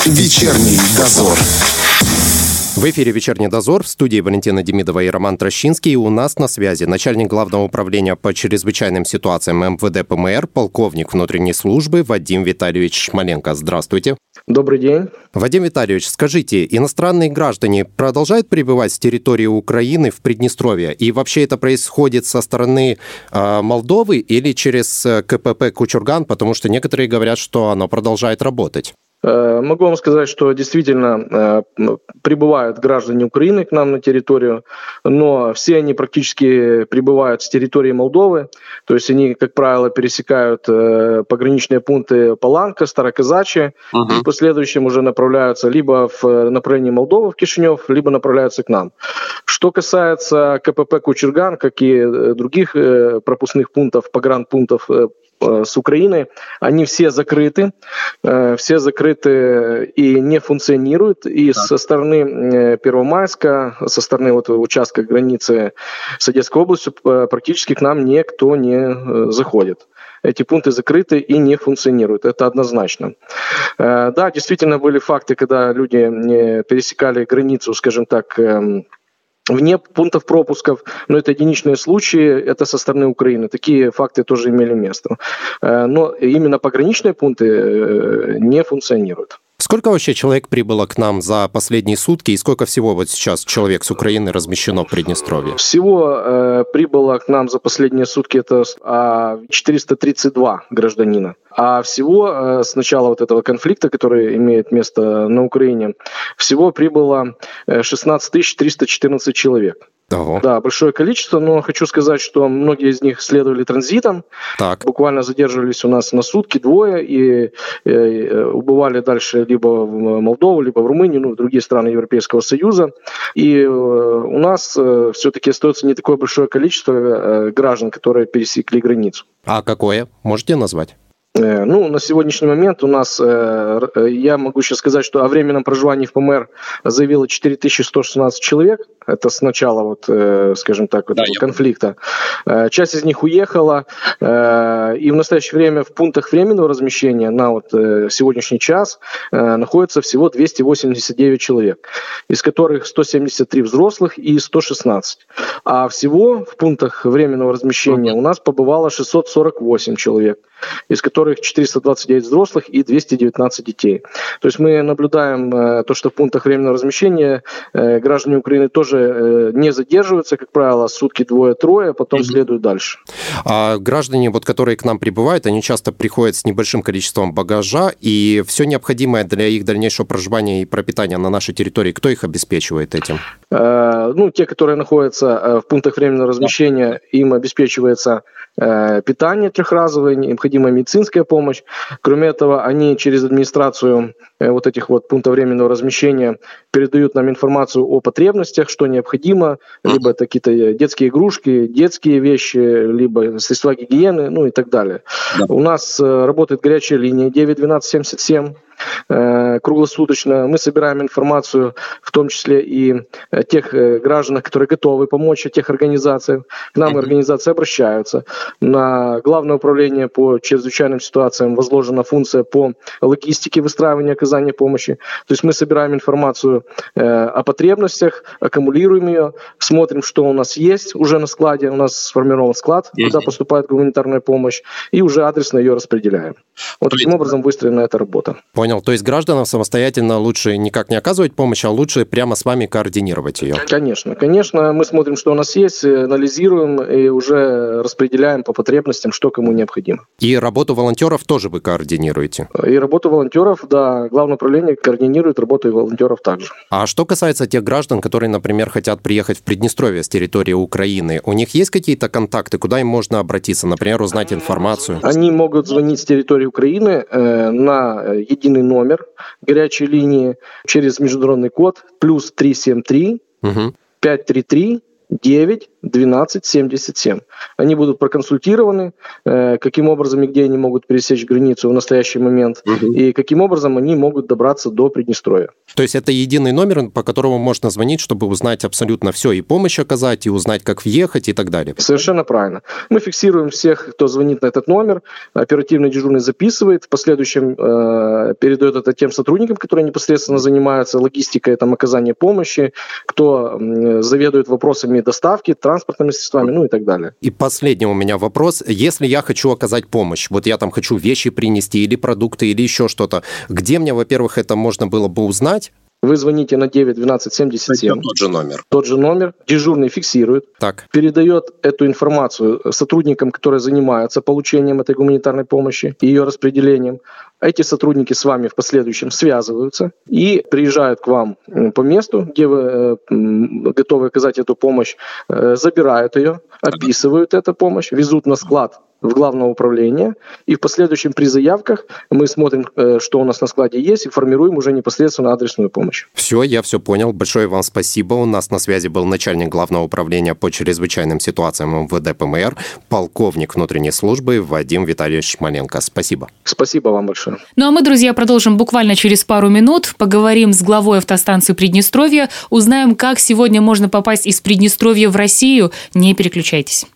Вечерний дозор. В эфире «Вечерний дозор», в студии Валентина Демидова и Роман Трощинский. У нас на связи начальник Главного управления по чрезвычайным ситуациям МВД ПМР, полковник внутренней службы Вадим Витальевич Шмаленко. Здравствуйте. Добрый день. Вадим Витальевич, скажите, иностранные граждане продолжают прибывать с территории Украины в Приднестровье? И вообще это происходит со стороны Молдовы или через КПП Кучурган? Потому что некоторые говорят, что оно продолжает работать. Могу вам сказать, что действительно прибывают граждане Украины к нам на территорию, но все они практически прибывают с территории Молдовы, то есть они, как правило, пересекают пограничные пункты Паланка, Староказачье, и в последующем уже направляются либо в направлении Молдовы, в Кишинев, либо направляются к нам. Что касается КПП Кучурган, как и других пропускных пунктов, погранпунктов с Украины, они все закрыты и не функционируют. И со стороны Первомайска, со стороны участка границы с Одесской областью практически к нам никто не заходит. Эти пункты закрыты и не функционируют. Это однозначно. Да, действительно были факты, когда люди пересекали границу, скажем так, вне пунктов пропусков, но это единичные случаи, это со стороны Украины. Такие факты тоже имели место. Но именно пограничные пункты не функционируют. Сколько вообще человек прибыло к нам за последние сутки и сколько всего вот сейчас человек с Украины размещено в Приднестровье? Всего прибыло к нам за последние сутки это 432 гражданина. А всего с начала вот этого конфликта, который имеет место на Украине, всего прибыло 16 314 человек. Ого. Да, большое количество, но хочу сказать, что многие из них следовали транзитом. Так. Буквально задерживались у нас на сутки, двое, и убывали дальше либо в Молдову, либо в Румынию, в другие страны Европейского Союза. И у нас все-таки остается не такое большое количество граждан, которые пересекли границу. А какое? Можете назвать? На сегодняшний момент у нас, я могу сейчас сказать, что о временном проживании в ПМР заявило 4116 человек. Это с начала, скажем так, конфликта. Часть из них уехала, и в настоящее время в пунктах временного размещения на сегодняшний час находится всего 289 человек, из которых 173 взрослых и 116. А всего в пунктах временного размещения у нас побывало 648 человек, из которых 429 взрослых и 219 детей. То есть мы наблюдаем то, что в пунктах временного размещения граждане Украины тоже не задерживаются, как правило, сутки двое-трое, потом следуют дальше. А граждане, которые к нам прибывают, они часто приходят с небольшим количеством багажа, и все необходимое для их дальнейшего проживания и пропитания на нашей территории, кто их обеспечивает этим? Те, которые находятся в пунктах временного размещения, им обеспечивается питание трехразовое, необходимая медицинская помощь. Кроме этого, они через администрацию этих пунктов временного размещения передают нам информацию о потребностях, что необходимо, либо это какие-то детские игрушки, детские вещи, либо средства гигиены, и так далее. Да. У нас работает горячая линия 91277. Круглосуточно мы собираем информацию, в том числе и о тех гражданах, которые готовы помочь, о тех организациях. К нам организации обращаются. На Главное управление по чрезвычайным ситуациям возложена функция по логистике выстраивания оказания помощи. То есть мы собираем информацию о потребностях, аккумулируем ее, смотрим, что у нас есть уже на складе. У нас сформирован склад, куда поступает гуманитарная помощь, и уже адресно ее распределяем. Таким образом выстроена эта работа. Понял. То есть гражданам самостоятельно лучше никак не оказывать помощь, а лучше прямо с вами координировать ее? Конечно. Конечно, мы смотрим, что у нас есть, анализируем и уже распределяем по потребностям, что кому необходимо. И работу волонтеров тоже вы координируете? И работу волонтеров, да. Главное управление координирует работу и волонтеров также. А что касается тех граждан, которые, например, хотят приехать в Приднестровье с территории Украины, у них есть какие-то контакты, куда им можно обратиться, например, узнать информацию? Они могут звонить с территории Украины на единый номер горячей линии через международный код +373 533 9 1277. Они будут проконсультированы, каким образом и где они могут пересечь границу в настоящий момент, и каким образом они могут добраться до Приднестровья. То есть это единый номер, по которому можно звонить, чтобы узнать абсолютно все, и помощь оказать, и узнать, как въехать, и так далее. Совершенно правильно. Мы фиксируем всех, кто звонит на этот номер, оперативный дежурный записывает, в последующем передает это тем сотрудникам, которые непосредственно занимаются логистикой, оказания помощи, кто заведует вопросами доставки, транспортными средствами, и так далее. И последний у меня вопрос. Если я хочу оказать помощь, вот я там хочу вещи принести, или продукты, или еще что-то, где мне, во-первых, это можно было бы узнать? Вы звоните на 9-12-77. Тот же номер. Тот же номер. Дежурный фиксирует. Так. Передает эту информацию сотрудникам, которые занимаются получением этой гуманитарной помощи и ее распределением. Эти сотрудники с вами в последующем связываются и приезжают к вам по месту, где вы готовы оказать эту помощь, забирают ее, описывают эту помощь, везут на склад в Главное управление, и в последующем при заявках мы смотрим, что у нас на складе есть, и формируем уже непосредственно адресную помощь. Все, я все понял. Большое вам спасибо. У нас на связи был начальник Главного управления по чрезвычайным ситуациям МВД ПМР, полковник внутренней службы Вадим Витальевич Маленко. Спасибо. Спасибо вам большое. Ну а мы, друзья, продолжим буквально через пару минут. Поговорим с главой автостанции Приднестровья, узнаем, как сегодня можно попасть из Приднестровья в Россию. Не переключайтесь.